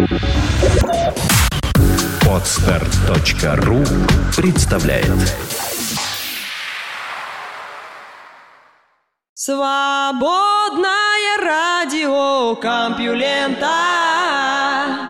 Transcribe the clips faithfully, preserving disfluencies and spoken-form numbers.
Подстер точка ру представляет. Свободное радио Компьюлента.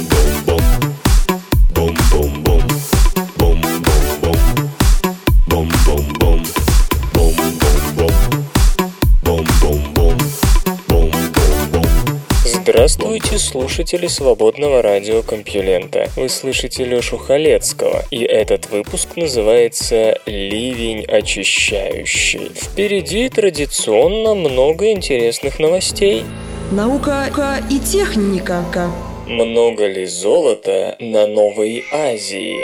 Здравствуйте, слушатели свободного радио Компьюлента. Вы слышите Лёшу Халецкого, и этот выпуск называется «Ливень очищающий». Впереди традиционно много интересных новостей. Наука и техника. Много ли золота на Новой Азии?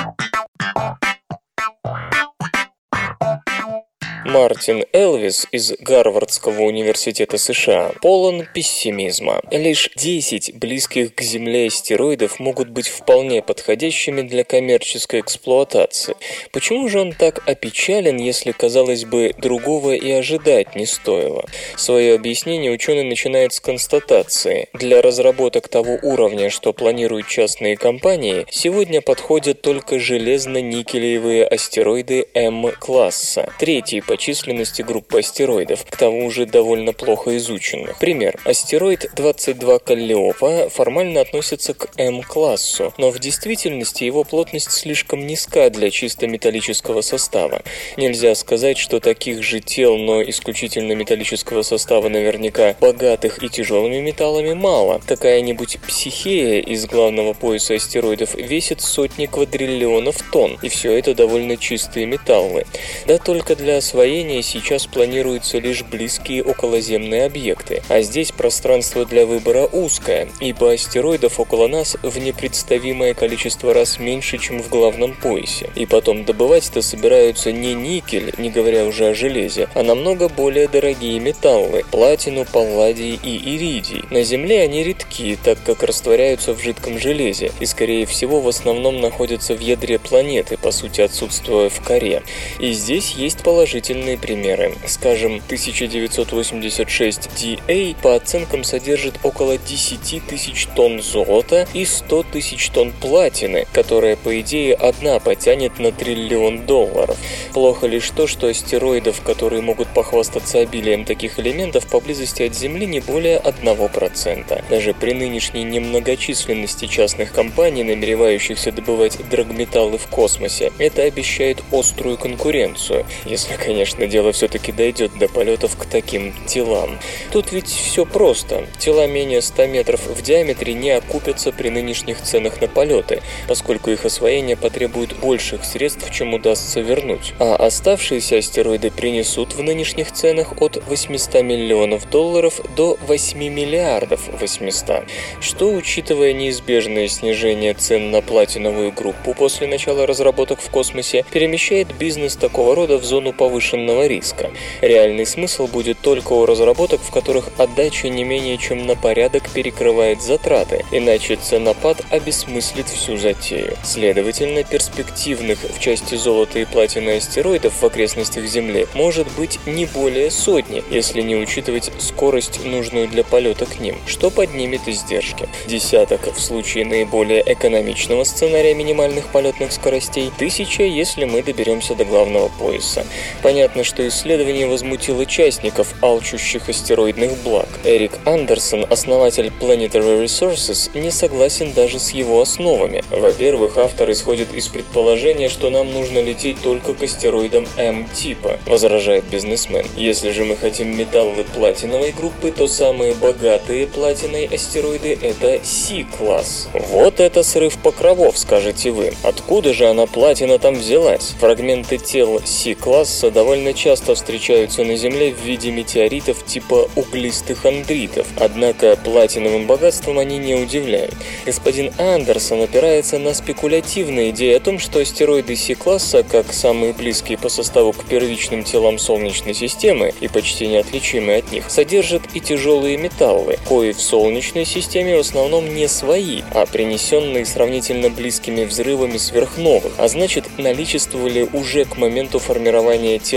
Мартин Элвис из Гарвардского университета США полон пессимизма. Лишь десять близких к Земле астероидов могут быть вполне подходящими для коммерческой эксплуатации. Почему же он так опечален, если, казалось бы, другого и ожидать не стоило? Свое объяснение ученый начинает с констатации. Для разработок того уровня, что планируют частные компании, сегодня подходят только железно-никелевые астероиды М-класса, третий по численности группы астероидов, к тому же довольно плохо изученных. Пример. Астероид двадцать два Каллиопа формально относится к М-классу, но в действительности его плотность слишком низка для чисто металлического состава. Нельзя сказать, что таких же тел, но исключительно металлического состава наверняка богатых и тяжелыми металлами мало. Какая-нибудь Психея из главного пояса астероидов весит сотни квадриллионов тонн, и все это довольно чистые металлы. Да только для освоения сейчас планируются лишь близкие околоземные объекты, а здесь пространство для выбора узкое, ибо астероидов около нас в непредставимое количество раз меньше, чем в главном поясе. И потом добывать-то собираются не никель, не говоря уже о железе, а намного более дорогие металлы – платину, палладий и иридий. На Земле они редки, так как растворяются в жидком железе, и скорее всего в основном находятся в ядре планеты, по сути отсутствуя в коре. И здесь есть положительные примеры. Скажем, тысяча девятьсот восемьдесят шесть ди эй по оценкам содержит около десять тысяч тонн золота и сто тысяч тонн платины, которая, по идее, одна потянет на триллион долларов. Плохо лишь то, что астероидов, которые могут похвастаться обилием таких элементов, поблизости от Земли не более одного процента. Даже при нынешней немногочисленности частных компаний, намеревающихся добывать драгметаллы в космосе, это обещает острую конкуренцию, если, конечно, дело все-таки дойдет до полетов к таким телам. Тут ведь все просто. Тела менее ста метров в диаметре не окупятся при нынешних ценах на полеты, поскольку их освоение потребует больших средств, чем удастся вернуть. А оставшиеся астероиды принесут в нынешних ценах от восемьсот миллионов долларов до восемь миллиардов восемьсот, что, учитывая неизбежное снижение цен на платиновую группу после начала разработок в космосе, перемещает бизнес такого рода в зону повышенного риска. Реальный смысл будет только у разработок, в которых отдача не менее чем на порядок перекрывает затраты, иначе ценопад обесмыслит всю затею. Следовательно, перспективных в части золота и платины астероидов в окрестностях Земли может быть не более сотни, если не учитывать скорость, нужную для полета к ним, что поднимет издержки. Десяток в случае наиболее экономичного сценария минимальных полетных скоростей, тысяча, если мы доберемся до главного пояса. Понятно, что исследование возмутило участников, алчущих астероидных благ. Эрик Андерсон, основатель Planetary Resources, не согласен даже с его основами. Во-первых, автор исходит из предположения, что нам нужно лететь только к астероидам М-типа, возражает бизнесмен. Если же мы хотим металлы платиновой группы, то самые богатые платиной астероиды — это Си-класс. Вот это срыв покровов, скажете вы. Откуда же она, платина, там взялась? Фрагменты тел Си-класса довольно часто встречаются на Земле в виде метеоритов типа углистых андритов, однако платиновым богатством они не удивляют. Господин Андерсон опирается на спекулятивные идеи о том, что астероиды Си-класса, как самые близкие по составу к первичным телам Солнечной системы и почти неотличимые от них, содержат и тяжелые металлы, кои в Солнечной системе в основном не свои, а принесенные сравнительно близкими взрывами сверхновых, а значит наличествовали уже к моменту формирования тел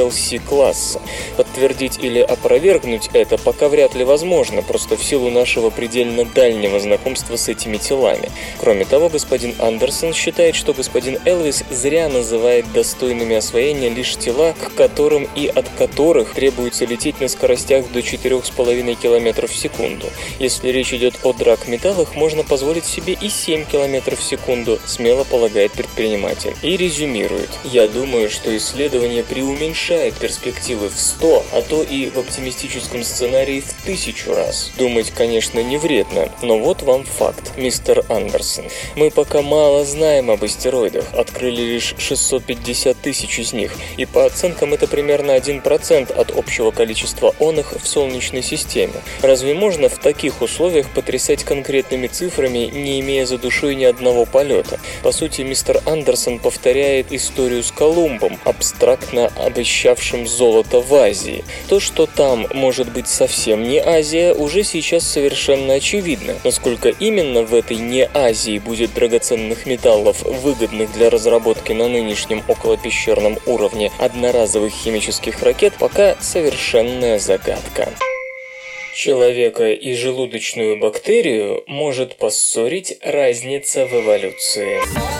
эл си-класса. Подтвердить или опровергнуть это пока вряд ли возможно, просто в силу нашего предельно дальнего знакомства с этими телами. Кроме того, господин Андерсон считает, что господин Элвис зря называет достойными освоения лишь тела, к которым и от которых требуется лететь на скоростях до четыре с половиной километров в секунду. Если речь идет о драгметаллах, можно позволить себе и семь километров в секунду, смело полагает предприниматель. И резюмирует: «Я думаю, что исследование преуменьшает перспективы в сто, а то и в оптимистическом сценарии в тысячу раз. Думать, конечно, не вредно, но вот вам факт, мистер Андерсон. Мы пока мало знаем об астероидах, открыли лишь шестьсот пятьдесят тысяч из них, и по оценкам это примерно один процент от общего количества оных в Солнечной системе. Разве можно в таких условиях потрясать конкретными цифрами, не имея за душой ни одного полета? По сути, мистер Андерсон повторяет историю с Колумбом, абстрактно обещавшим золото в Азии. То, что там может быть совсем не Азия, уже сейчас совершенно очевидно. Насколько именно в этой не Азии будет драгоценных металлов, выгодных для разработки на нынешнем околопещерном уровне одноразовых химических ракет, пока совершенная загадка. Человека и желудочную бактерию может поссорить разница в эволюции.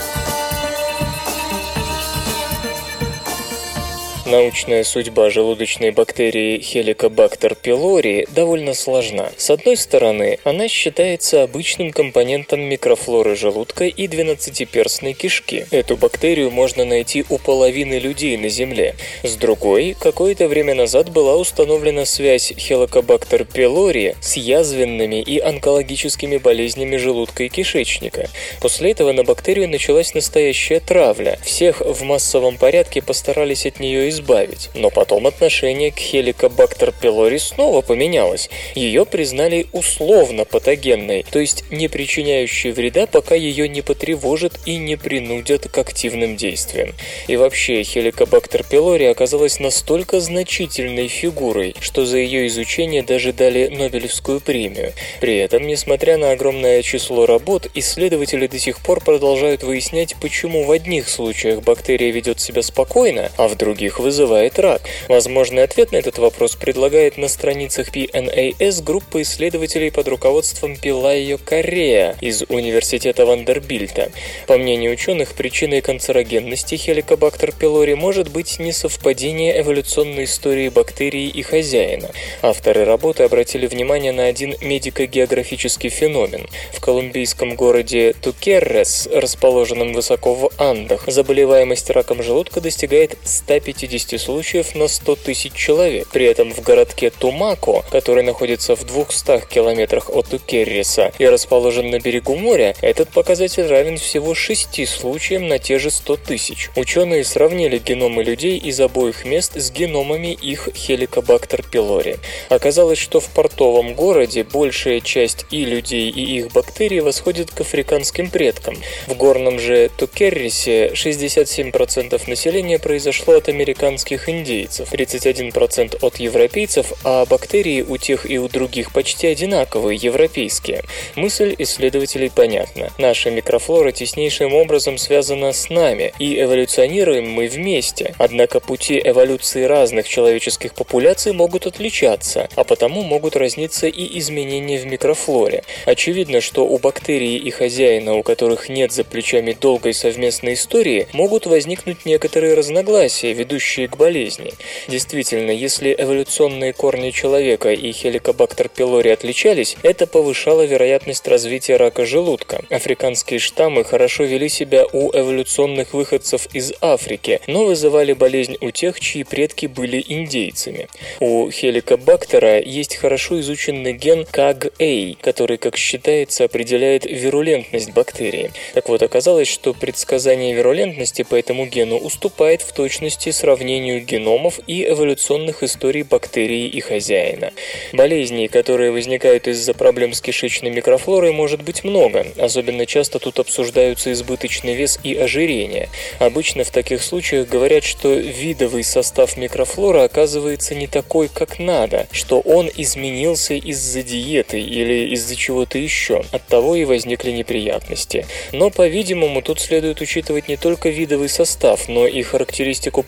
Научная судьба желудочной бактерии Helicobacter pylori довольно сложна. С одной стороны, она считается обычным компонентом микрофлоры желудка и двенадцатиперстной кишки. Эту бактерию можно найти у половины людей на Земле. С другой, какое-то время назад была установлена связь Helicobacter pylori с язвенными и онкологическими болезнями желудка и кишечника. После этого на бактерию началась настоящая травля. Всех в массовом порядке постарались от нее избавиться. избавить. Но потом отношение к Helicobacter pylori снова поменялось. Ее признали условно патогенной, то есть не причиняющей вреда, пока ее не потревожат и не принудят к активным действиям. И вообще, Helicobacter pylori оказалась настолько значительной фигурой, что за ее изучение даже дали Нобелевскую премию. При этом, несмотря на огромное число работ, исследователи до сих пор продолжают выяснять, почему в одних случаях бактерия ведет себя спокойно, а в других вызывает рак. Возможный ответ на этот вопрос предлагает на страницах пи эн эй эс группа исследователей под руководством Пилайо Корреа из Университета Вандербильта. По мнению ученых, причиной канцерогенности Helicobacter pylori может быть несовпадение эволюционной истории бактерии и хозяина. Авторы работы обратили внимание на один медико-географический феномен. В колумбийском городе Тукеррес, расположенном высоко в Андах, заболеваемость раком желудка достигает ста пятидесяти случаев на сто тысяч человек. При этом в городке Тумако, который находится в двухстах километрах от Тукерреса и расположен на берегу моря, этот показатель равен всего шести случаям на те же сто тысяч. Ученые сравнили геномы людей из обоих мест с геномами их Helicobacter pylori. Оказалось, что в портовом городе большая часть и людей, и их бактерий восходит к африканским предкам. В горном же Тукерресе шестьдесят семь процентов населения произошло от американских индейцев, тридцать один процент от европейцев, а бактерии у тех и у других почти одинаковые, европейские. Мысль исследователей понятна. Наша микрофлора теснейшим образом связана с нами, и эволюционируем мы вместе. Однако пути эволюции разных человеческих популяций могут отличаться, а потому могут разниться и изменения в микрофлоре. Очевидно, что у бактерии и хозяина, у которых нет за плечами долгой совместной истории, могут возникнуть некоторые разногласия, ведущие к болезни. Действительно, если эволюционные корни человека и Helicobacter pylori отличались, это повышало вероятность развития рака желудка. Африканские штаммы хорошо вели себя у эволюционных выходцев из Африки, но вызывали болезнь у тех, чьи предки были индейцами. У Helicobacter есть хорошо изученный ген кей эй джи эй, который, как считается, определяет вирулентность бактерии. Так вот, оказалось, что предсказание вирулентности по этому гену уступает в точности сравнению геномов и эволюционных историй бактерии и хозяина. Болезней, которые возникают из-за проблем с кишечной микрофлорой, может быть много. Особенно часто тут обсуждаются избыточный вес и ожирение. Обычно в таких случаях говорят, что видовый состав микрофлоры оказывается не такой, как надо, что он изменился из-за диеты или из-за чего-то еще. Оттого и возникли неприятности. Но, по-видимому, тут следует учитывать не только видовый состав, но и характеристику популяции.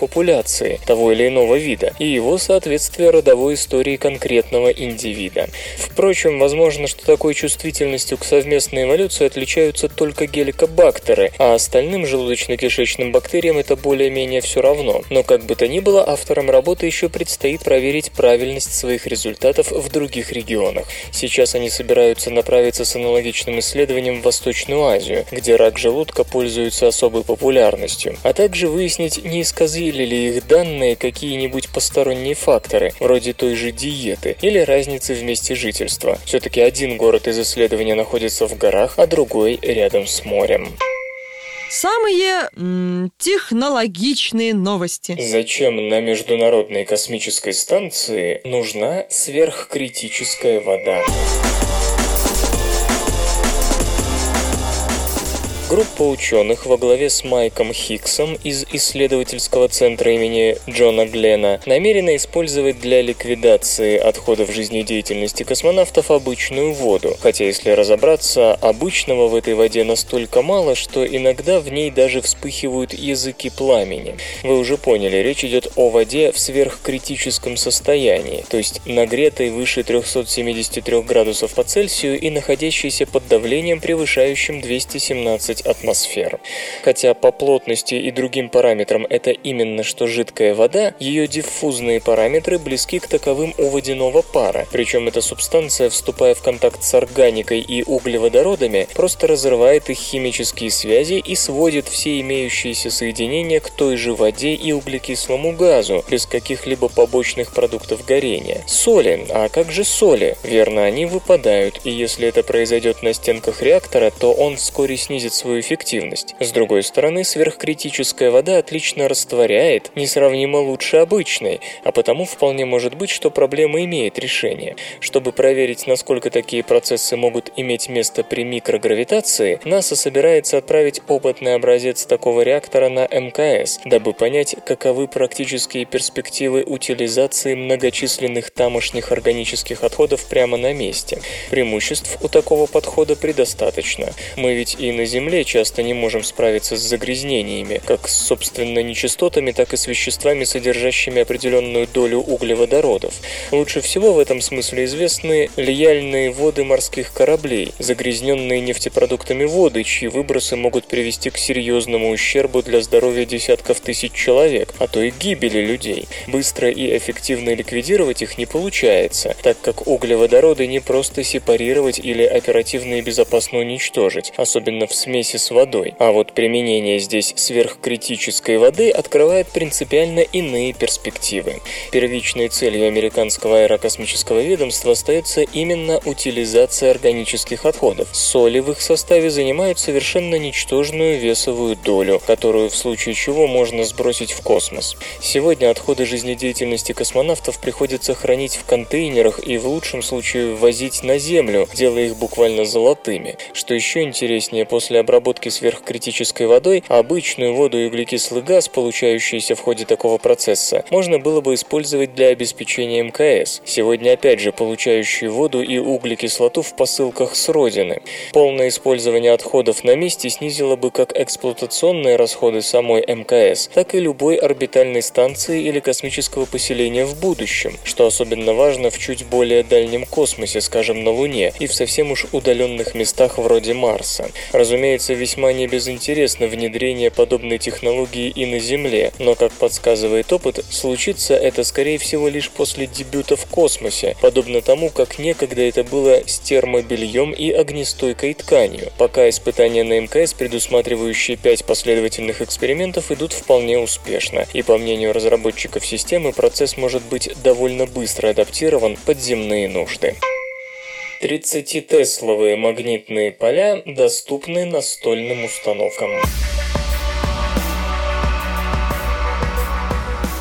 популяции того или иного вида и его соответствие родовой истории конкретного индивида. Впрочем, возможно, что такой чувствительностью к совместной эволюции отличаются только геликобактеры, а остальным желудочно-кишечным бактериям это более-менее все равно. Но как бы то ни было, авторам работы еще предстоит проверить правильность своих результатов в других регионах. Сейчас они собираются направиться с аналогичным исследованием в Восточную Азию, где рак желудка пользуется особой популярностью, а также выяснить, не исказили ли их данные какие-нибудь посторонние факторы, вроде той же диеты или разницы в месте жительства. Все-таки один город из исследования находится в горах, а другой рядом с морем. Самые м- технологичные новости. Зачем на Международной космической станции нужна сверхкритическая вода? Группа ученых во главе с Майком Хиксом из исследовательского центра имени Джона Глена намерена использовать для ликвидации отходов жизнедеятельности космонавтов обычную воду. Хотя, если разобраться, обычного в этой воде настолько мало, что иногда в ней даже вспыхивают языки пламени. Вы уже поняли, речь идет о воде в сверхкритическом состоянии, то есть нагретой выше триста семьдесят три градусов по Цельсию и находящейся под давлением, превышающим двести семнадцать атмосфер. Хотя по плотности и другим параметрам это именно что жидкая вода, ее диффузные параметры близки к таковым у водяного пара. Причем эта субстанция, вступая в контакт с органикой и углеводородами, просто разрывает их химические связи и сводит все имеющиеся соединения к той же воде и углекислому газу, без каких-либо побочных продуктов горения. Соли. А как же соли? Верно, они выпадают, и если это произойдет на стенках реактора, то он вскоре снизит свою эффективность. С другой стороны, сверхкритическая вода отлично растворяет, несравнимо лучше обычной, а потому вполне может быть, что проблема имеет решение. Чтобы проверить, насколько такие процессы могут иметь место при микрогравитации, НАСА собирается отправить опытный образец такого реактора на эм ка эс, дабы понять, каковы практические перспективы утилизации многочисленных тамошних органических отходов прямо на месте. Преимуществ у такого подхода предостаточно. Мы ведь и на Земле часто не можем справиться с загрязнениями, как с, собственно, нечистотами, так и с веществами, содержащими определенную долю углеводородов. Лучше всего в этом смысле известны лияльные воды морских кораблей, загрязненные нефтепродуктами воды, чьи выбросы могут привести к серьезному ущербу для здоровья десятков тысяч человек, а то и гибели людей. Быстро и эффективно ликвидировать их не получается, так как углеводороды не просто сепарировать или оперативно и безопасно уничтожить, особенно в смеси с водой. А вот применение здесь сверхкритической воды открывает принципиально иные перспективы. Первичной целью американского аэрокосмического ведомства остается именно утилизация органических отходов. Соли в их составе занимают совершенно ничтожную весовую долю, которую в случае чего можно сбросить в космос. Сегодня отходы жизнедеятельности космонавтов приходится хранить в контейнерах и в лучшем случае ввозить на Землю, делая их буквально золотыми. Что еще интереснее, после обработки сверхкритической водой обычную воду и углекислый газ, получающийся в ходе такого процесса, можно было бы использовать для обеспечения эм ка эс, сегодня опять же получающие воду и углекислоту в посылках с родины. Полное использование отходов на месте снизило бы как эксплуатационные расходы самой эм ка эс, так и любой орбитальной станции или космического поселения в будущем, что особенно важно в чуть более дальнем космосе, скажем, на Луне, и в совсем уж удаленных местах вроде Марса. Разумеется, весьма небезынтересно внедрение подобной технологии и на Земле, но, как подсказывает опыт, случится это, скорее всего, лишь после дебюта в космосе, подобно тому, как некогда это было с термобельем и огнестойкой тканью. Пока испытания на эм ка эс, предусматривающие пять последовательных экспериментов, идут вполне успешно, и, по мнению разработчиков системы, процесс может быть довольно быстро адаптирован под земные нужды. тридцатитесловые магнитные поля доступны настольным установкам.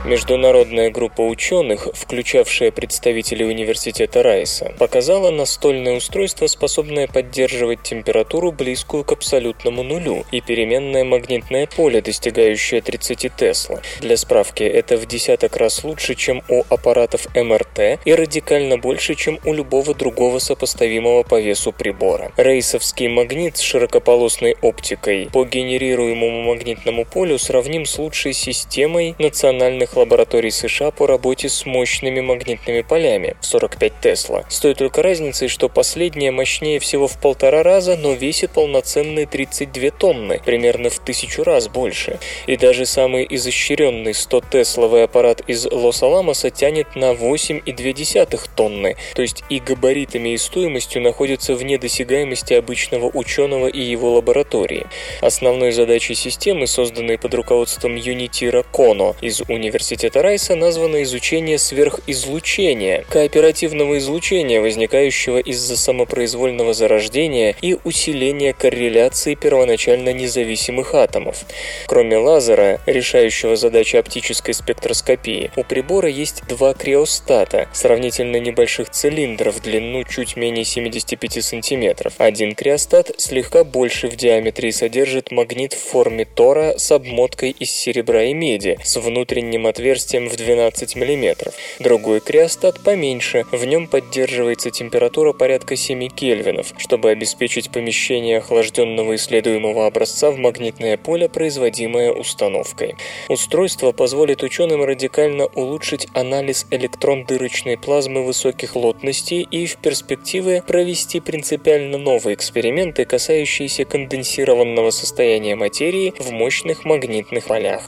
Международная группа ученых, включавшая представителей университета Райса, показала настольное устройство, способное поддерживать температуру, близкую к абсолютному нулю, и переменное магнитное поле, достигающее тридцать Тесла. Для справки, это в десяток раз лучше, чем у аппаратов эм эр тэ, и радикально больше, чем у любого другого сопоставимого по весу прибора. Рейсовский магнит с широкополосной оптикой по генерируемому магнитному полю сравним с лучшей системой национальных лабораторий США по работе с мощными магнитными полями в сорок пять Тесла. С той только разницей, что последняя мощнее всего в полтора раза, но весит полноценные тридцать две тонны, примерно в тысячу раз больше. И даже самый изощренный сто Тесловый аппарат из Лос-Аламоса тянет на восемь и две десятых тонны, то есть и габаритами, и стоимостью находится вне досягаемости обычного ученого и его лаборатории. Основной задачей системы, созданной под руководством Юнитиро Коно из университета Райса, названо изучение сверхизлучения, кооперативного излучения, возникающего из-за самопроизвольного зарождения и усиления корреляции первоначально независимых атомов. Кроме лазера, решающего задачи оптической спектроскопии, у прибора есть два криостата, сравнительно небольших цилиндров в длину чуть менее семьдесят пять сантиметров. Один криостат слегка больше в диаметре и содержит магнит в форме тора с обмоткой из серебра и меди с внутренним отверстием в двенадцать миллиметров. Другой криостат поменьше, в нем поддерживается температура порядка семь кельвинов, чтобы обеспечить помещение охлажденного исследуемого образца в магнитное поле, производимое установкой. Устройство позволит ученым радикально улучшить анализ электрон-дырочной плазмы высоких плотностей и в перспективе провести принципиально новые эксперименты, касающиеся конденсированного состояния материи в мощных магнитных полях.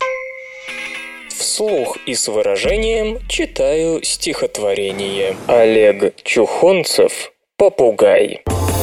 Вслух и с выражением читаю стихотворение. Олег Чухонцев «Попугай».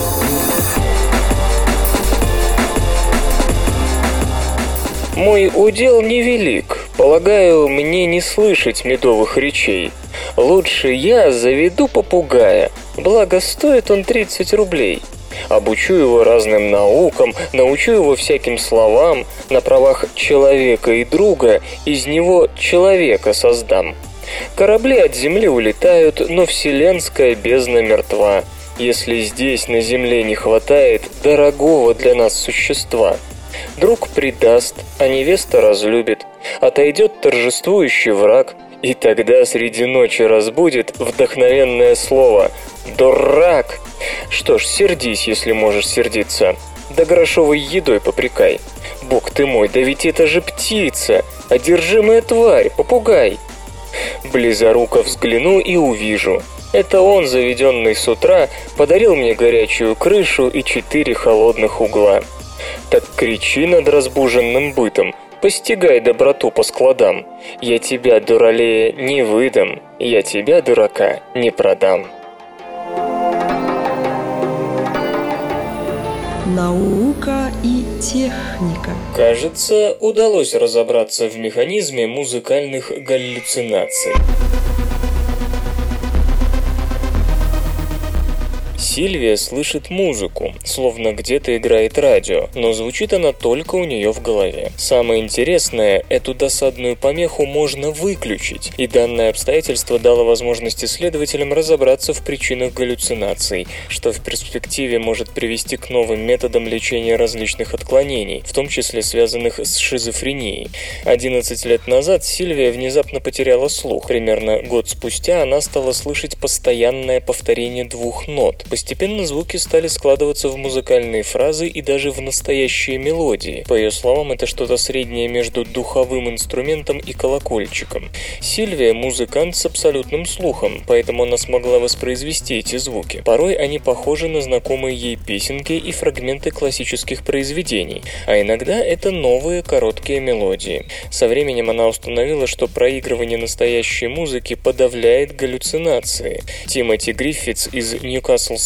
Мой удел невелик, полагаю, мне не слышать медовых речей. Лучше я заведу попугая, благо стоит он тридцать рублей. Обучу его разным наукам, научу его всяким словам, на правах человека и друга из него человека создам. Корабли от земли улетают, но вселенская бездна мертва, если здесь на земле не хватает дорогого для нас существа. Друг предаст, а невеста разлюбит, отойдет торжествующий враг, и тогда среди ночи разбудит вдохновенное слово «Дурак!». Что ж, сердись, если можешь сердиться, да грошовой едой попрекай. Бог ты мой, да ведь это же птица, одержимая тварь, попугай. Близоруко взгляну и увижу. Это он, заведенный с утра, подарил мне горячую крышу и четыре холодных угла. Так кричи над разбуженным бытом, постигай доброту по складам. Я тебя, дуралея, не выдам, я тебя, дурака, не продам. Наука и техника. Кажется, удалось разобраться в механизме музыкальных галлюцинаций. Сильвия слышит музыку, словно где-то играет радио, но звучит она только у нее в голове. Самое интересное, эту досадную помеху можно выключить, и данное обстоятельство дало возможность исследователям разобраться в причинах галлюцинаций, что в перспективе может привести к новым методам лечения различных отклонений, в том числе связанных с шизофренией. одиннадцать лет назад Сильвия внезапно потеряла слух. Примерно год спустя она стала слышать постоянное повторение двух нот. Постепенно звуки стали складываться в музыкальные фразы и даже в настоящие мелодии. По ее словам, это что-то среднее между духовым инструментом и колокольчиком. Сильвия – музыкант с абсолютным слухом, поэтому она смогла воспроизвести эти звуки. Порой они похожи на знакомые ей песенки и фрагменты классических произведений, а иногда это новые короткие мелодии. Со временем она установила, что проигрывание настоящей музыки подавляет галлюцинации. Тимоти Гриффитс из Ньюкаслской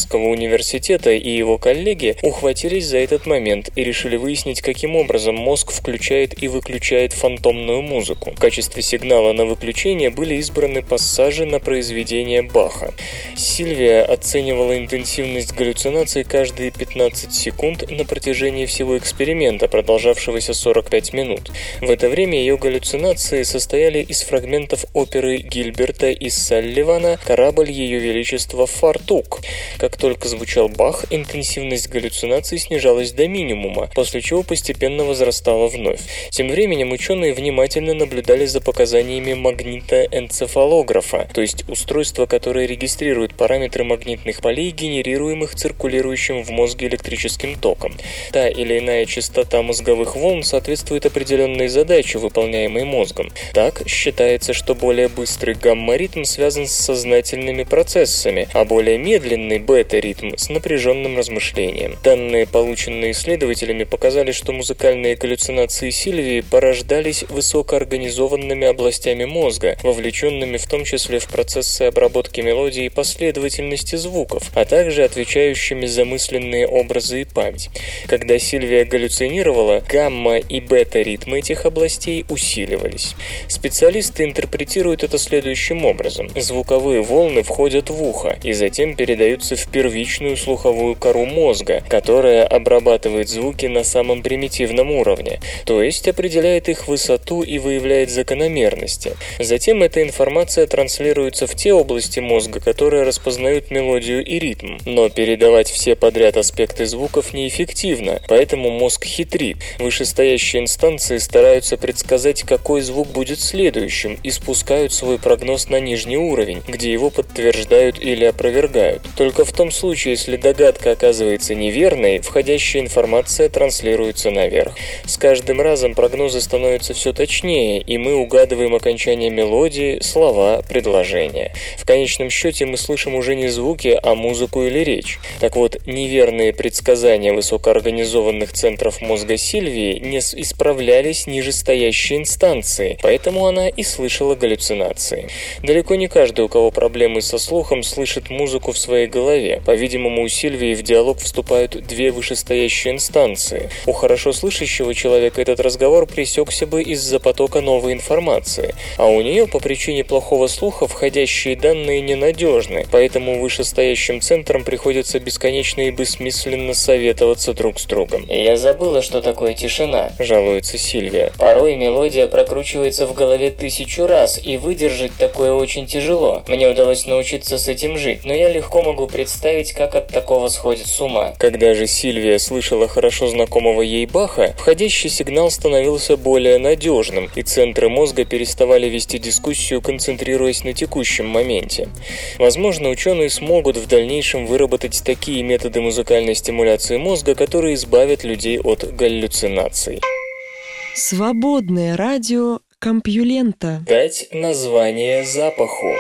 Гарвардского университета и его коллеги ухватились за этот момент и решили выяснить, каким образом мозг включает и выключает фантомную музыку. В качестве сигнала на выключение были избраны пассажи на произведение Баха. Сильвия оценивала интенсивность галлюцинаций каждые пятнадцать секунд на протяжении всего эксперимента, продолжавшегося сорок пять минут. В это время ее галлюцинации состояли из фрагментов оперы Гильберта и Салливана «Корабль Ее Величества Фартук». Как только звучал Бах, интенсивность галлюцинаций снижалась до минимума, после чего постепенно возрастала вновь. Тем временем ученые внимательно наблюдали за показаниями магнитоэнцефалографа, то есть устройства, которое регистрирует параметры магнитных полей, генерируемых циркулирующим в мозге электрическим током. Та или иная частота мозговых волн соответствует определенной задаче, выполняемой мозгом. Так, считается, что более быстрый гамма-ритм связан с сознательными процессами, а более медленный бета-ритм с напряженным размышлением. Данные, полученные исследователями, показали, что музыкальные галлюцинации Сильвии порождались высокоорганизованными областями мозга, вовлеченными в том числе в процессы обработки мелодии и последовательности звуков, а также отвечающими за мысленные образы и память. Когда Сильвия галлюцинировала, гамма и бета-ритмы этих областей усиливались. Специалисты интерпретируют это следующим образом. Звуковые волны входят в ухо и затем передаются в первичную слуховую кору мозга, которая обрабатывает звуки на самом примитивном уровне, то есть определяет их высоту и выявляет закономерности. Затем эта информация транслируется в те области мозга, которые распознают мелодию и ритм. Но передавать все подряд аспекты звуков неэффективно, поэтому мозг хитрит. Вышестоящие инстанции стараются предсказать, какой звук будет следующим, и спускают свой прогноз на нижний уровень, где его подтверждают или опровергают. Только в том случае, если догадка оказывается неверной, входящая информация транслируется наверх. С каждым разом прогнозы становятся все точнее, и мы угадываем окончание мелодии, слова, предложения. В конечном счете мы слышим уже не звуки, а музыку или речь. Так вот, неверные предсказания высокоорганизованных центров мозга Сильвии не исправлялись нижестоящей инстанции, поэтому она и слышала галлюцинации. Далеко не каждый, у кого проблемы со слухом, слышит музыку в своей голове. По-видимому, у Сильвии в диалог вступают две вышестоящие инстанции. У хорошо слышащего человека этот разговор пресекся бы из-за потока новой информации, а у нее по причине плохого слуха входящие данные ненадежны, поэтому вышестоящим центрам приходится бесконечно и бессмысленно советоваться друг с другом. «Я забыла, что такое тишина», — жалуется Сильвия. «Порой мелодия прокручивается в голове тысячу раз, и выдержать такое очень тяжело. Мне удалось научиться с этим жить, но я легко могу представить, как от такого сходит с ума». Когда же Сильвия слышала хорошо знакомого ей Баха, входящий сигнал становился более надежным, и центры мозга переставали вести дискуссию, концентрируясь на текущем моменте. Возможно, ученые смогут в дальнейшем выработать такие методы музыкальной стимуляции мозга, которые избавят людей от галлюцинаций. Свободное радио Компьюлента. Дать название запаху.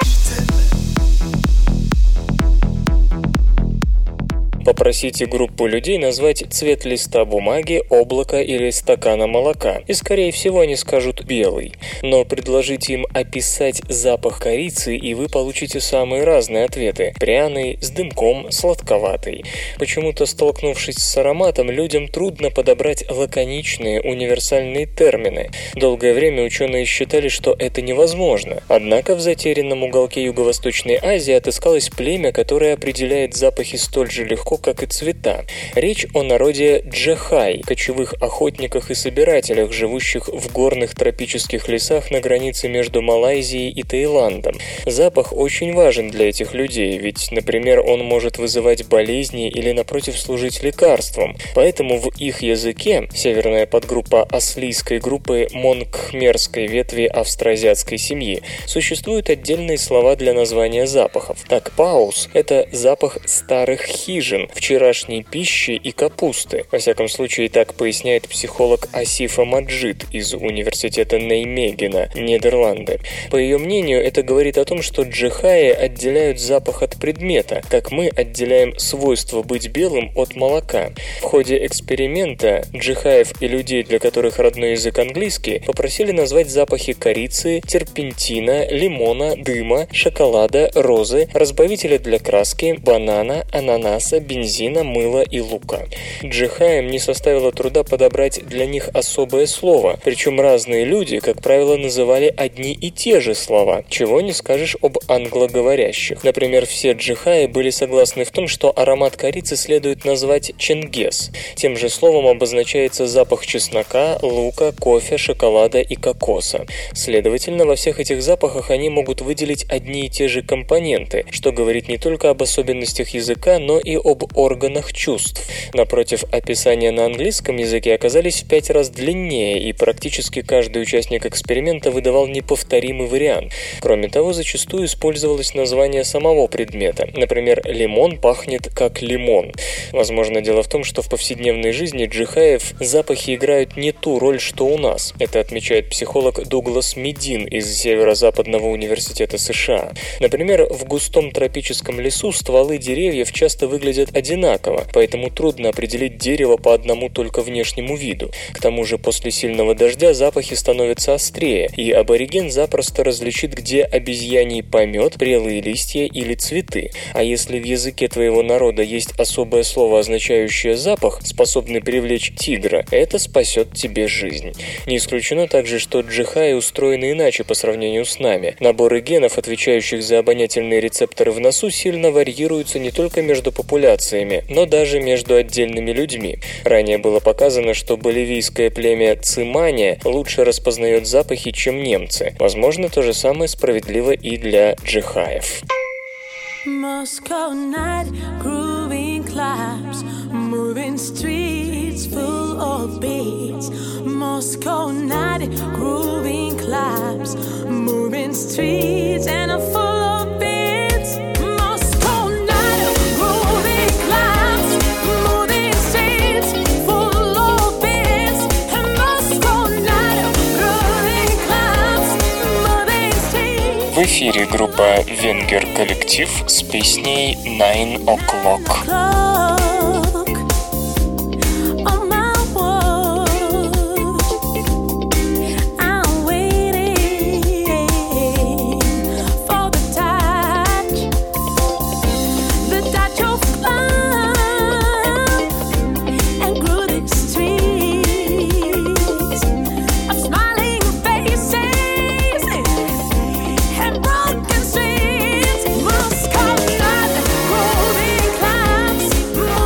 Попросите группу людей назвать цвет листа бумаги, облака или стакана молока, и, скорее всего, они скажут «белый». Но предложите им описать запах корицы, и вы получите самые разные ответы – пряный, с дымком, сладковатый. Почему-то, столкнувшись с ароматом, людям трудно подобрать лаконичные, универсальные термины. Долгое время ученые считали, что это невозможно. Однако в затерянном уголке Юго-Восточной Азии отыскалось племя, которое определяет запахи столь же легко, как и цвета. Речь о народе Джехай, кочевых охотниках и собирателях, живущих в горных тропических лесах на границе между Малайзией и Таиландом. Запах очень важен для этих людей, ведь, например, он может вызывать болезни или, напротив, служить лекарством. Поэтому в их языке северная подгруппа аслийской группы монгхмерской ветви австроазиатской семьи существуют отдельные слова для названия запахов. Так, паус – это запах старых хижин, причин вчерашней пищи и капусты. Во всяком случае, так поясняет психолог Асифа Маджид из университета Нijmegen, Нидерланды. По ее мнению, это говорит о том, что джихаи отделяют запах от предмета, как мы отделяем свойство быть белым от молока. В ходе эксперимента джихаев и людей, для которых родной язык английский, попросили назвать запахи корицы, терпентина, лимона, дыма, шоколада, розы, разбавителя для краски, банана, ананаса, бензина, мыла и лука. Джихаям не составило труда подобрать для них особое слово, причем разные люди, как правило, называли одни и те же слова, чего не скажешь об англоговорящих. Например, все джихаи были согласны в том, что аромат корицы следует назвать ченгес. Тем же словом обозначается запах чеснока, лука, кофе, шоколада и кокоса. Следовательно, во всех этих запахах они могут выделить одни и те же компоненты, что говорит не только об особенностях языка, но и об органах чувств. Напротив, описания на английском языке оказались в пять раз длиннее, и практически каждый участник эксперимента выдавал неповторимый вариант. Кроме того, зачастую использовалось название самого предмета. Например, лимон пахнет как лимон. Возможно, дело в том, что в повседневной жизни джихаев запахи играют не ту роль, что у нас. Это отмечает психолог Дуглас Медин из Северо-Западного университета США. Например, в густом тропическом лесу стволы деревьев часто выглядят одинаково, поэтому трудно определить дерево по одному только внешнему виду. К тому же после сильного дождя запахи становятся острее, и абориген запросто различит, где обезьяний помет, прелые листья или цветы. А если в языке твоего народа есть особое слово, означающее запах, способный привлечь тигра, это спасет тебе жизнь. Не исключено также, что джихаи устроены иначе по сравнению с нами. Наборы генов, отвечающих за обонятельные рецепторы в носу, сильно варьируются не только между популяциями, но даже между отдельными людьми. Ранее было показано, что боливийское племя цимане лучше распознает запахи, чем немцы. Возможно, то же самое справедливо и для джихаев. Moscow night, grooving clubs, moving streets full of beats. Moscow night, grooving clubs, moving streets and a full of beats. Moscow night, grooving clubs, moving streets full of beats. And Moscow night, grooving clubs, moving streets. В эфире группа «Венгер Коллектив» с песней «Nine O'Clock». Moscow night, grooving clubs,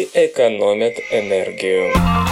и экономят энергию.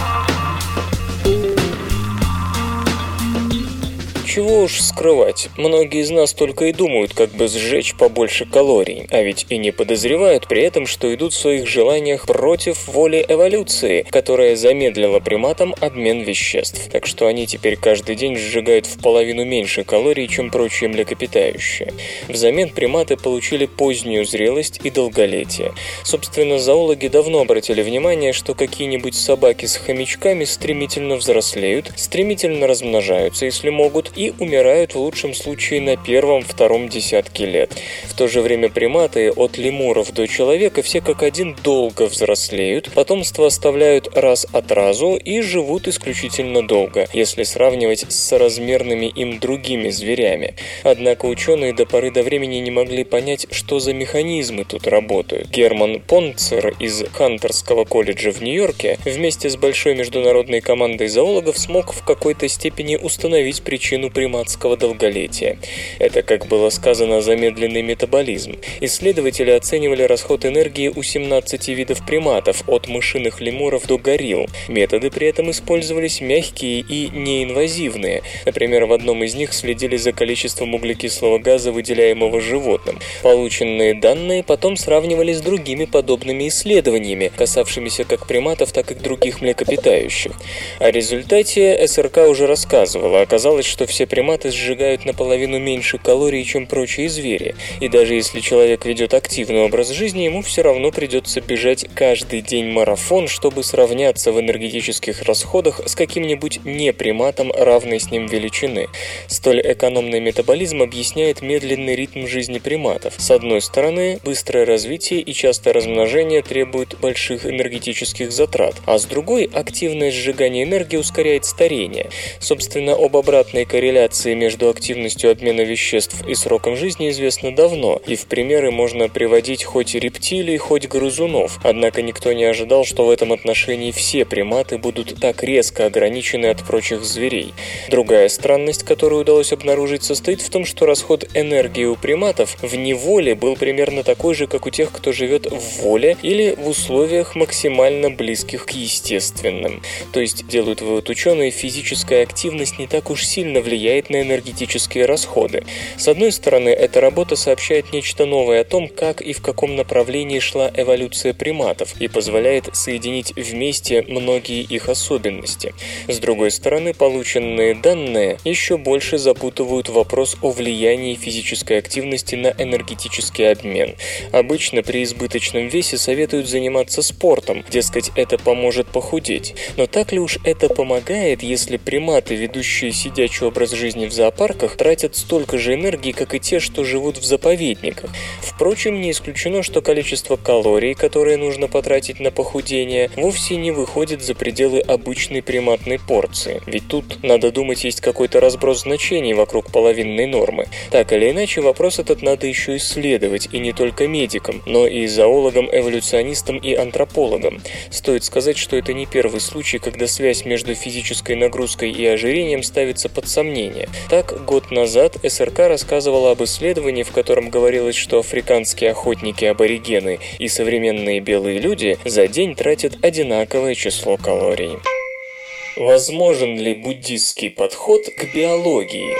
Чего уж скрывать, многие из нас только и думают, как бы сжечь побольше калорий, а ведь и не подозревают при этом, что идут в своих желаниях против воли эволюции, которая замедлила приматам обмен веществ. Так что они теперь каждый день сжигают в половину меньше калорий, чем прочие млекопитающие. Взамен приматы получили позднюю зрелость и долголетие. Собственно, зоологи давно обратили внимание, что какие-нибудь собаки с хомячками стремительно взрослеют, стремительно размножаются, если могут, и умирают в лучшем случае на первом-втором десятке лет. В то же время приматы от лемуров до человека все как один долго взрослеют, потомство оставляют раз от разу и живут исключительно долго, если сравнивать с соразмерными им другими зверями. Однако ученые до поры до времени не могли понять, что за механизмы тут работают. Герман Понцер из Хантерского колледжа в Нью-Йорке вместе с большой международной командой зоологов смог в какой-то степени установить причину приматского долголетия. Это, как было сказано, замедленный метаболизм. Исследователи оценивали расход энергии у семнадцати видов приматов, от мышиных лемуров до горилл. Методы при этом использовались мягкие и неинвазивные. Например, в одном из них следили за количеством углекислого газа, выделяемого животным. Полученные данные потом сравнивали с другими подобными исследованиями, касавшимися как приматов, так и других млекопитающих. О результате СРК уже рассказывала. Оказалось, что все приматы сжигают наполовину меньше калорий, чем прочие звери. И даже если человек ведет активный образ жизни, ему все равно придется бежать каждый день марафон, чтобы сравняться в энергетических расходах с каким-нибудь неприматом равной с ним величины. Столь экономный метаболизм объясняет медленный ритм жизни приматов. С одной стороны, быстрое развитие и частое размножение требуют больших энергетических затрат, а с другой, активное сжигание энергии ускоряет старение. Собственно, об обратной корреляции между активностью обмена веществ и сроком жизни известно давно, и в примеры можно приводить хоть рептилий, хоть грызунов, однако никто не ожидал, что в этом отношении все приматы будут так резко ограничены от прочих зверей. Другая странность, которую удалось обнаружить, состоит в том, что расход энергии у приматов в неволе был примерно такой же, как у тех, кто живет в воле или в условиях максимально близких к естественным. То есть, делают вывод ученые, физическая активность не так уж сильно влияет на энергетические расходы. С одной стороны, эта работа сообщает нечто новое о том, как и в каком направлении шла эволюция приматов и позволяет соединить вместе многие их особенности. С другой стороны, полученные данные еще больше запутывают вопрос о влиянии физической активности на энергетический обмен. Обычно при избыточном весе советуют заниматься спортом, дескать, это поможет похудеть. Но так ли уж это помогает, если приматы, ведущие сидячий образ жизни в зоопарках, тратят столько же энергии, как и те, что живут в заповедниках? Впрочем, не исключено, что количество калорий, которые нужно потратить на похудение, вовсе не выходит за пределы обычной приматной порции. Ведь тут, надо думать, есть какой-то разброс значений вокруг половинной нормы. Так или иначе, вопрос этот надо еще исследовать, и не только медикам, но и зоологам, эволюционистам и антропологам. Стоит сказать, что это не первый случай, когда связь между физической нагрузкой и ожирением ставится под сомнение. Так, год назад СРК рассказывала об исследовании, в котором говорилось, что африканские охотники-аборигены и современные белые люди за день тратят одинаковое число калорий. Возможен ли буддистский подход к биологии?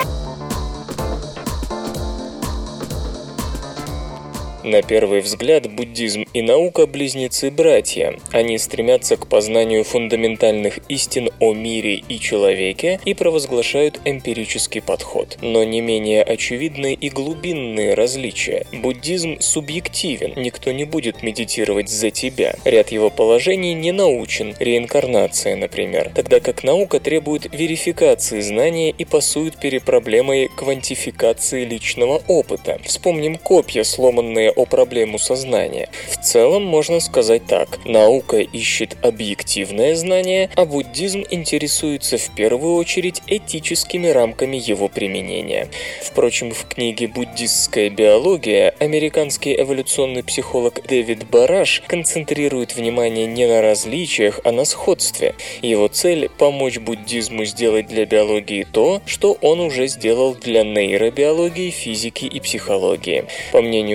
На первый взгляд, буддизм и наука – близнецы-братья. Они стремятся к познанию фундаментальных истин о мире и человеке и провозглашают эмпирический подход. Но не менее очевидны и глубинные различия. Буддизм субъективен, никто не будет медитировать за тебя. Ряд его положений не научен, реинкарнация, например, тогда как наука требует верификации знания и пасует перед проблемой квантификации личного опыта. Вспомним копья, сломанные о проблему сознания. В целом можно сказать так: наука ищет объективное знание, а буддизм интересуется в первую очередь этическими рамками его применения. Впрочем, в книге «Буддистская биология» американский эволюционный психолог Дэвид Бараш концентрирует внимание не на различиях, а на сходстве. Его цель – помочь буддизму сделать для биологии то, что он уже сделал для нейробиологии, физики и психологии. По мнению ученого,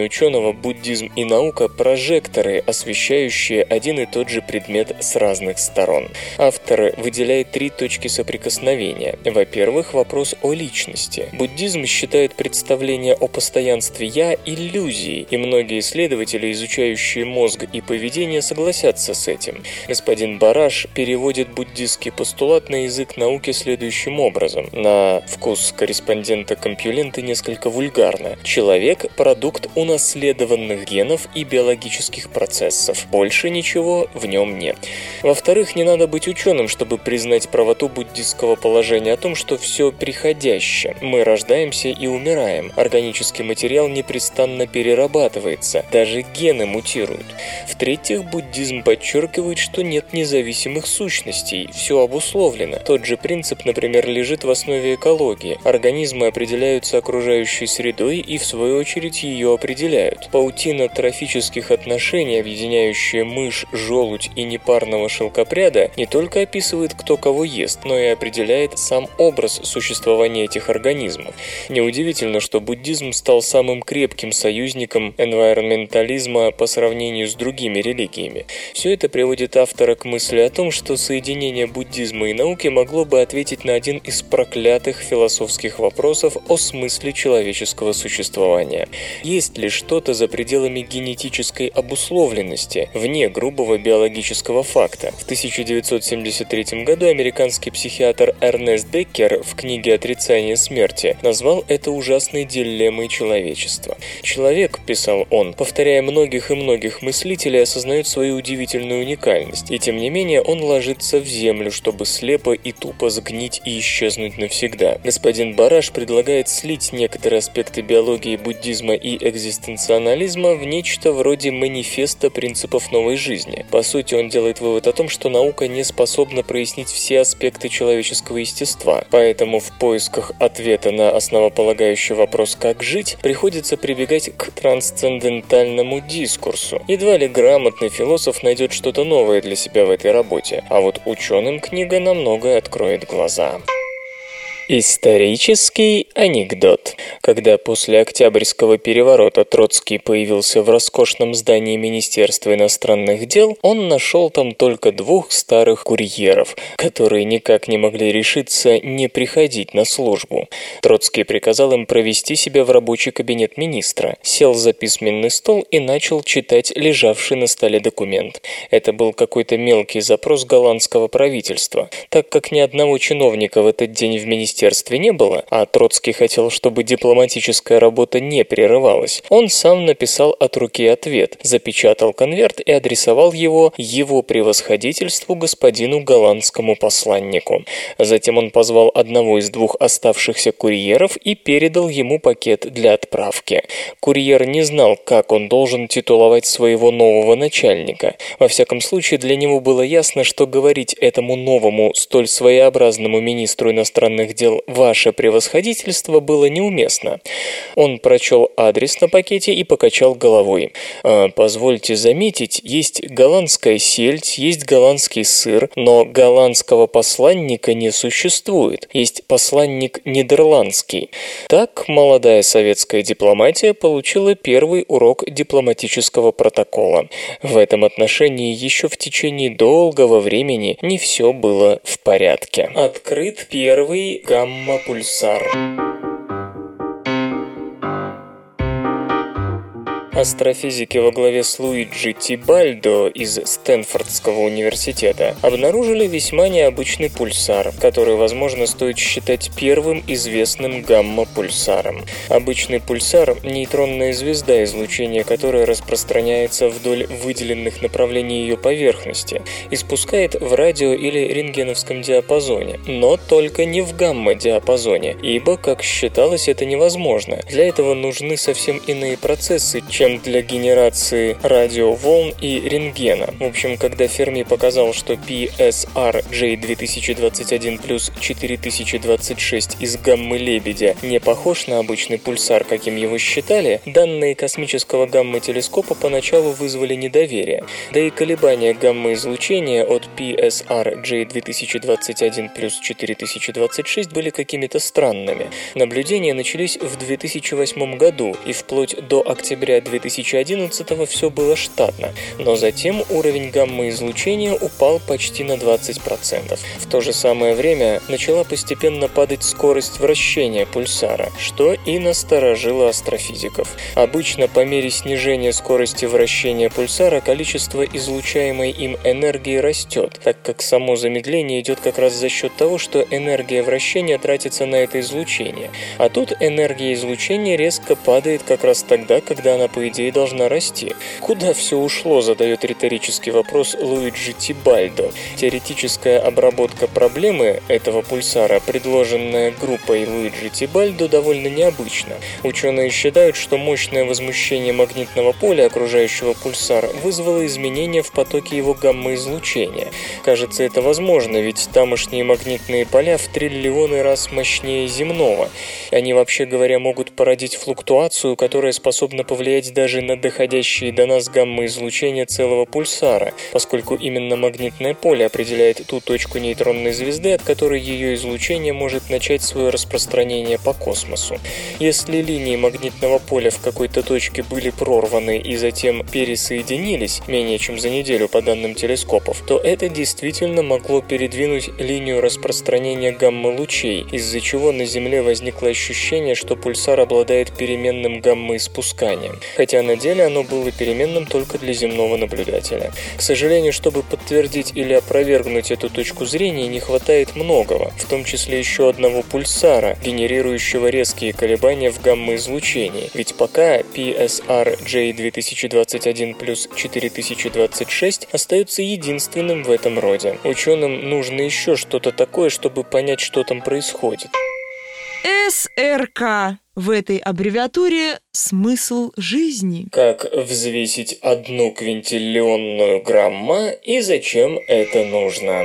слова «буддизм» и «наука» – прожекторы, освещающие один и тот же предмет с разных сторон. Автор выделяет три точки соприкосновения. Во-первых, вопрос о личности. Буддизм считает представление о постоянстве «я» иллюзией, и многие исследователи, изучающие мозг и поведение, согласятся с этим. Господин Бараш переводит буддистский постулат на язык науки следующим образом. На вкус корреспондента Компьюленты несколько вульгарно. Человек – продукт унаследованных генов и биологических процессов. Больше ничего в нем нет. Во-вторых, не надо быть ученым, чтобы признать правоту буддистского положения о том, что все приходяще. Мы рождаемся и умираем. Органический материал непрестанно перерабатывается. Даже гены мутируют. В-третьих, буддизм подчеркивает, что нет независимых сущностей. Все обусловлено. Тот же принцип, например, лежит в основе экологии. Организмы определяются окружающей средой и, в свою очередь, ее определяют. Паутина трофических отношений, объединяющая мышь, желудь и непарного шелкопряда, не только описывает, кто кого ест, но и определяет сам образ существования этих организмов. Неудивительно, что буддизм стал самым крепким союзником энвайронментализма по сравнению с другими религиями. Все это приводит автора к мысли о том, что соединение буддизма и науки могло бы ответить на один из проклятых философских вопросов о смысле человеческого существования. Есть ли что-то за пределами генетической обусловленности, вне грубого биологического факта? В тысяча девятьсот семьдесят третьем году американский психиатр Эрнест Беккер в книге «Отрицание смерти» назвал это ужасной дилеммой человечества. Человек, писал он, повторяя многих и многих мыслителей, осознает свою удивительную уникальность, и тем не менее он ложится в землю, чтобы слепо и тупо сгнить и исчезнуть навсегда. Господин Бараш предлагает слить некоторые аспекты биологии, буддизма и экзистенциализма в нечто вроде манифеста принципов новой жизни. По сути, он делает вывод о том, что наука не способна прояснить все аспекты человеческого естества, поэтому в поисках ответа на основополагающий вопрос «как жить» приходится прибегать к трансцендентальному дискурсу. Едва ли грамотный философ найдет что-то новое для себя в этой работе, а вот ученым книга на многое откроет глаза. Исторический анекдот. Когда после Октябрьского переворота Троцкий появился в роскошном здании Министерства иностранных дел, он нашел там только двух старых курьеров, которые никак не могли решиться не приходить на службу. Троцкий приказал им провести себя в рабочий кабинет министра, сел за письменный стол и начал читать лежавший на столе документ. Это был какой-то мелкий запрос голландского правительства. Так как ни одного чиновника в этот день в министерстве не было, а Троцкий хотел, чтобы дипломатическая работа не прерывалась, он сам написал от руки ответ, запечатал конверт и адресовал его его превосходительству господину голландскому посланнику. Затем он позвал одного из двух оставшихся курьеров и передал ему пакет для отправки. Курьер не знал, как он должен титуловать своего нового начальника. Во всяком случае, для него было ясно, что говорить этому новому, столь своеобразному министру иностранных дел «Ваше превосходительство» было неуместно. Он прочел адрес на пакете и покачал головой. «А, позвольте заметить, есть голландская сельдь, есть голландский сыр, но голландского посланника не существует. Есть посланник нидерландский». Так молодая советская дипломатия получила первый урок дипломатического протокола. В этом отношении еще в течение долгого времени не все было в порядке. Открыт первый гамма-пульсар. Астрофизики во главе с Луиджи Тибальдо из Стэнфордского университета обнаружили весьма необычный пульсар, который, возможно, стоит считать первым известным гамма-пульсаром. Обычный пульсар – нейтронная звезда, излучение которой распространяется вдоль выделенных направлений ее поверхности, испускает в радио- или рентгеновском диапазоне, но только не в гамма-диапазоне, ибо, как считалось, это невозможно. Для этого нужны совсем иные процессы, чем для генерации радиоволн и рентгена. В общем, когда Ферми показал, что пи эс ар джей две тысячи двадцать один плюс четыре тысячи двадцать шесть из гаммы-лебедя не похож на обычный пульсар, каким его считали, данные космического гамма-телескопа поначалу вызвали недоверие. Да и колебания гамма-излучения от пи эс ар джей две тысячи двадцать один плюс четыре тысячи двадцать шесть были какими-то странными. Наблюдения начались в две тысячи восьмом году, и вплоть до октября две две тысячи одиннадцатого все было штатно, но затем уровень гамма-излучения упал почти на двадцать процентов. В то же самое время начала постепенно падать скорость вращения пульсара, что и насторожило астрофизиков. Обычно по мере снижения скорости вращения пульсара количество излучаемой им энергии растет, так как само замедление идет как раз за счет того, что энергия вращения тратится на это излучение. А тут энергия излучения резко падает как раз тогда, когда она, по идее, должна расти. Куда все ушло, задает риторический вопрос Луиджи Тибальдо. Теоретическая обработка проблемы этого пульсара, предложенная группой Луиджи Тибальдо, довольно необычна. Ученые считают, что мощное возмущение магнитного поля окружающего пульсар вызвало изменения в потоке его гамма-излучения. Кажется, это возможно, ведь тамошние магнитные поля в триллионы раз мощнее земного. Они, вообще говоря, могут породить флуктуацию, которая способна повлиять даже на доходящие до нас гамма-излучение целого пульсара, поскольку именно магнитное поле определяет ту точку нейтронной звезды, от которой ее излучение может начать свое распространение по космосу. Если линии магнитного поля в какой-то точке были прорваны и затем пересоединились менее чем за неделю по данным телескопов, то это действительно могло передвинуть линию распространения гамма-лучей, из-за чего на Земле возникло ощущение, что пульсар обладает переменным гамма-испусканием, хотя на деле оно было переменным только для земного наблюдателя. К сожалению, чтобы подтвердить или опровергнуть эту точку зрения, не хватает многого, в том числе еще одного пульсара, генерирующего резкие колебания в гамма-излучении, ведь пока пи эс ар джей две тысячи двадцать один плюс четыре тысячи двадцать шесть остается единственным в этом роде. Ученым нужно еще что-то такое, чтобы понять, что там происходит. эс эр ка. В этой аббревиатуре смысл жизни. Как взвесить одну квинтиллионную грамма и зачем это нужно?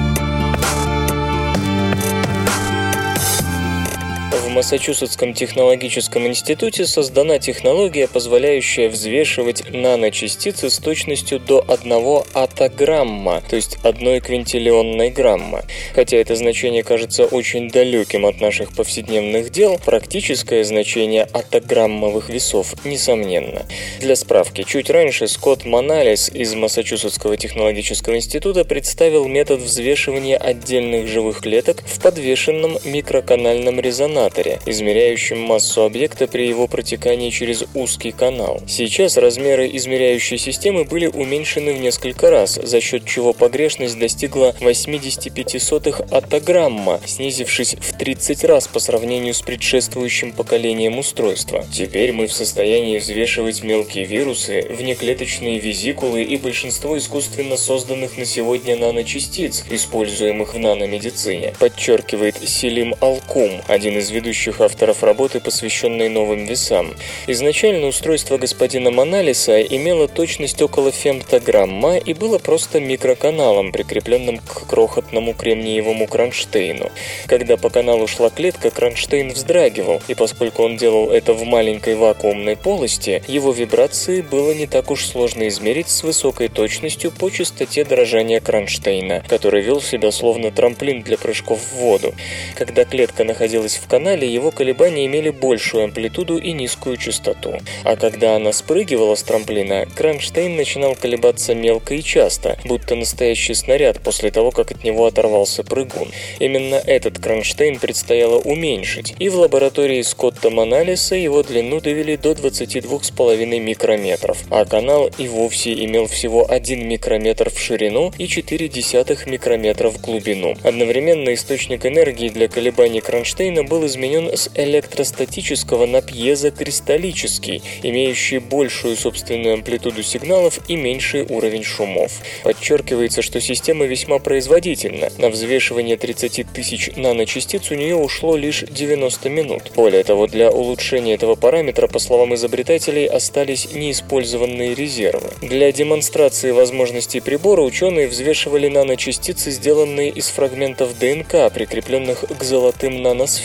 В Массачусетском технологическом институте создана технология, позволяющая взвешивать наночастицы с точностью до одного атограмма, то есть одной квинтиллионной грамма. Хотя это значение кажется очень далеким от наших повседневных дел, практическое значение атограммовых весов несомненно. Для справки, чуть раньше Скотт Маналис из Массачусетского технологического института представил метод взвешивания отдельных живых клеток в подвешенном микроканальном резонаторе, измеряющим массу объекта при его протекании через узкий канал. Сейчас размеры измеряющей системы были уменьшены в несколько раз, за счет чего погрешность достигла восемьдесят пять сотых атограмма, снизившись в тридцать раз по сравнению с предшествующим поколением устройства. Теперь мы в состоянии взвешивать мелкие вирусы, внеклеточные везикулы и большинство искусственно созданных на сегодня наночастиц, используемых в наномедицине, подчеркивает Селим Алкум, один из ведущих авторов работы, посвященной новым весам. Изначально устройство господина Маналиса имело точность около фемтограмма и было просто микроканалом, прикрепленным к крохотному кремниевому кронштейну. Когда по каналу шла клетка, кронштейн вздрагивал, и поскольку он делал это в маленькой вакуумной полости, его вибрации было не так уж сложно измерить с высокой точностью по частоте дрожания кронштейна, который вел себя словно трамплин для прыжков в воду. Когда клетка находилась в канале, его колебания имели большую амплитуду и низкую частоту. А когда она спрыгивала с трамплина, кронштейн начинал колебаться мелко и часто, будто настоящий снаряд после того, как от него оторвался прыгун. Именно этот кронштейн предстояло уменьшить, и в лаборатории Скотта Маналиса его длину довели до двадцати двух с половиной микрометров, а канал и вовсе имел всего один микрометр в ширину и четыре десятых микрометра в глубину. Одновременно источник энергии для колебаний кронштейна был изменен с электростатического на пьезокристаллический, имеющий большую собственную амплитуду сигналов и меньший уровень шумов. Подчеркивается, что система весьма производительна. На взвешивание тридцати тысяч наночастиц у нее ушло лишь девяносто минут. Более того, для улучшения этого параметра, по словам изобретателей, остались неиспользованные резервы. Для демонстрации возможностей прибора ученые взвешивали наночастицы, сделанные из фрагментов ДНК, прикрепленных к золотым наносферам.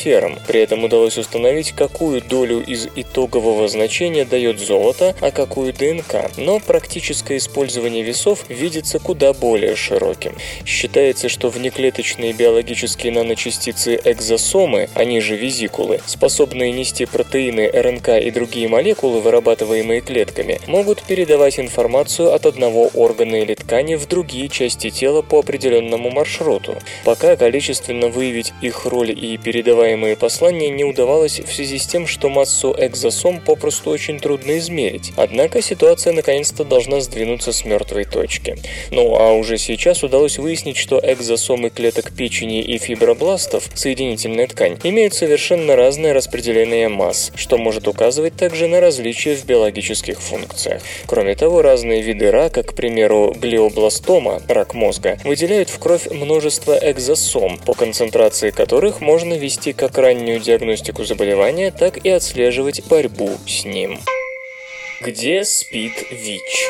При этом удалось установить, какую долю из итогового значения дает золото, а какую ДНК. Но практическое использование весов видится куда более широким. Считается, что внеклеточные биологические наночастицы экзосомы, они же везикулы, способные нести протеины, РНК и другие молекулы, вырабатываемые клетками, могут передавать информацию от одного органа или ткани в другие части тела по определенному маршруту. Пока количественно выявить их роль и передаваемые послания не удавалось в связи с тем, что массу экзосом попросту очень трудно измерить. Однако ситуация наконец-то должна сдвинуться с мертвой точки. Ну а уже сейчас удалось выяснить, что экзосомы клеток печени и фибробластов, соединительная ткань, имеют совершенно разное распределение масс, что может указывать также на различия в биологических функциях. Кроме того, разные виды рака, к примеру, глиобластома, рак мозга, выделяют в кровь множество экзосом, по концентрации которых можно вести как раннюю диагностику заболевания, так и отслеживать борьбу с ним. Где спит ВИЧ?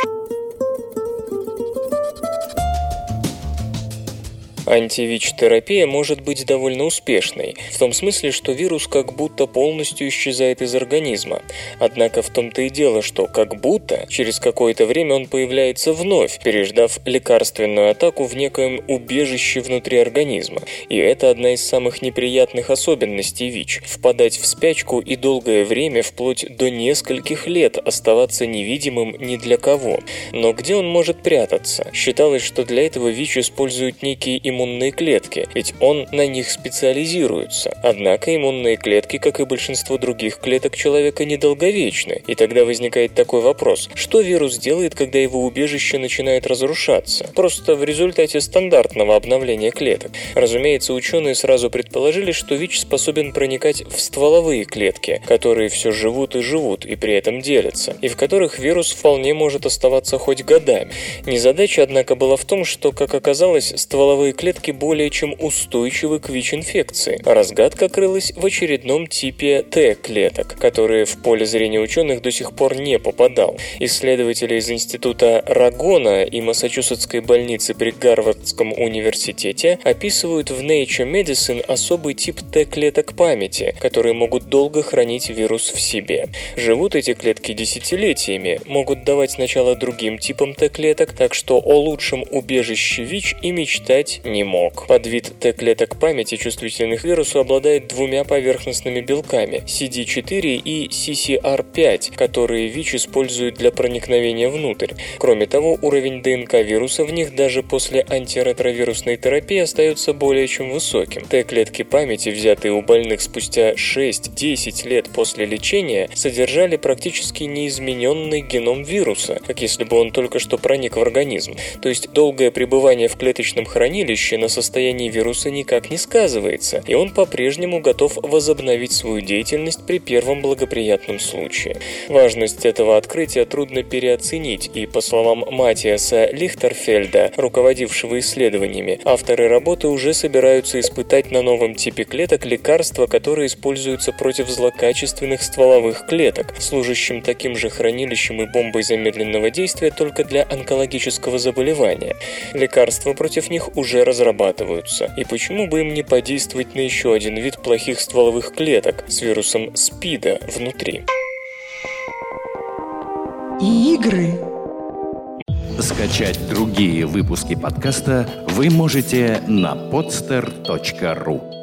Антивич-терапия может быть довольно успешной, в том смысле, что вирус как будто полностью исчезает из организма. Однако в том-то и дело, что как будто через какое-то время он появляется вновь, переждав лекарственную атаку в некоем убежище внутри организма. И это одна из самых неприятных особенностей ВИЧ – впадать в спячку и долгое время, вплоть до нескольких лет, оставаться невидимым ни для кого. Но где он может прятаться? Считалось, что для этого ВИЧ используют некие иммунные клетки, ведь он на них специализируется. Однако иммунные клетки, как и большинство других клеток человека, недолговечны. И тогда возникает такой вопрос: что вирус делает, когда его убежище начинает разрушаться? Просто в результате стандартного обновления клеток. Разумеется, ученые сразу предположили, что ВИЧ способен проникать в стволовые клетки, которые все живут и живут, и при этом делятся, и в которых вирус вполне может оставаться хоть годами. Незадача, однако, была в том, что, как оказалось, стволовые клетки более чем устойчивы к ВИЧ-инфекции. Разгадка крылась в очередном типе Т-клеток, который в поле зрения ученых до сих пор не попадал. Исследователи из института Рагона и Массачусетской больницы при Гарвардском университете описывают в Nature Medicine особый тип Т-клеток памяти, которые могут долго хранить вирус в себе. Живут эти клетки десятилетиями, могут давать начало другим типам Т-клеток, так что о лучшем убежище ВИЧ и мечтать не мог. Подвид Т-клеток памяти, чувствительных к вирусу, обладает двумя поверхностными белками – си ди четыре и си си ар пять, которые ВИЧ использует для проникновения внутрь. Кроме того, уровень ДНК вируса в них даже после антиретровирусной терапии остается более чем высоким. Т-клетки памяти, взятые у больных спустя шесть-десять лет после лечения, содержали практически неизмененный геном вируса, как если бы он только что проник в организм. То есть долгое пребывание в клеточном хранилище на состоянии вируса никак не сказывается, и он по-прежнему готов возобновить свою деятельность при первом благоприятном случае. Важность этого открытия трудно переоценить, и, по словам Матиаса Лихтерфельда, руководившего исследованиями, авторы работы уже собираются испытать на новом типе клеток лекарства, которые используются против злокачественных стволовых клеток, служащим таким же хранилищем и бомбой замедленного действия только для онкологического заболевания. Лекарства против них уже разрабатываются. И почему бы им не подействовать на еще один вид плохих стволовых клеток с вирусом СПИДа внутри? И игры. Скачать другие выпуски подкаста вы можете на podster точка ру.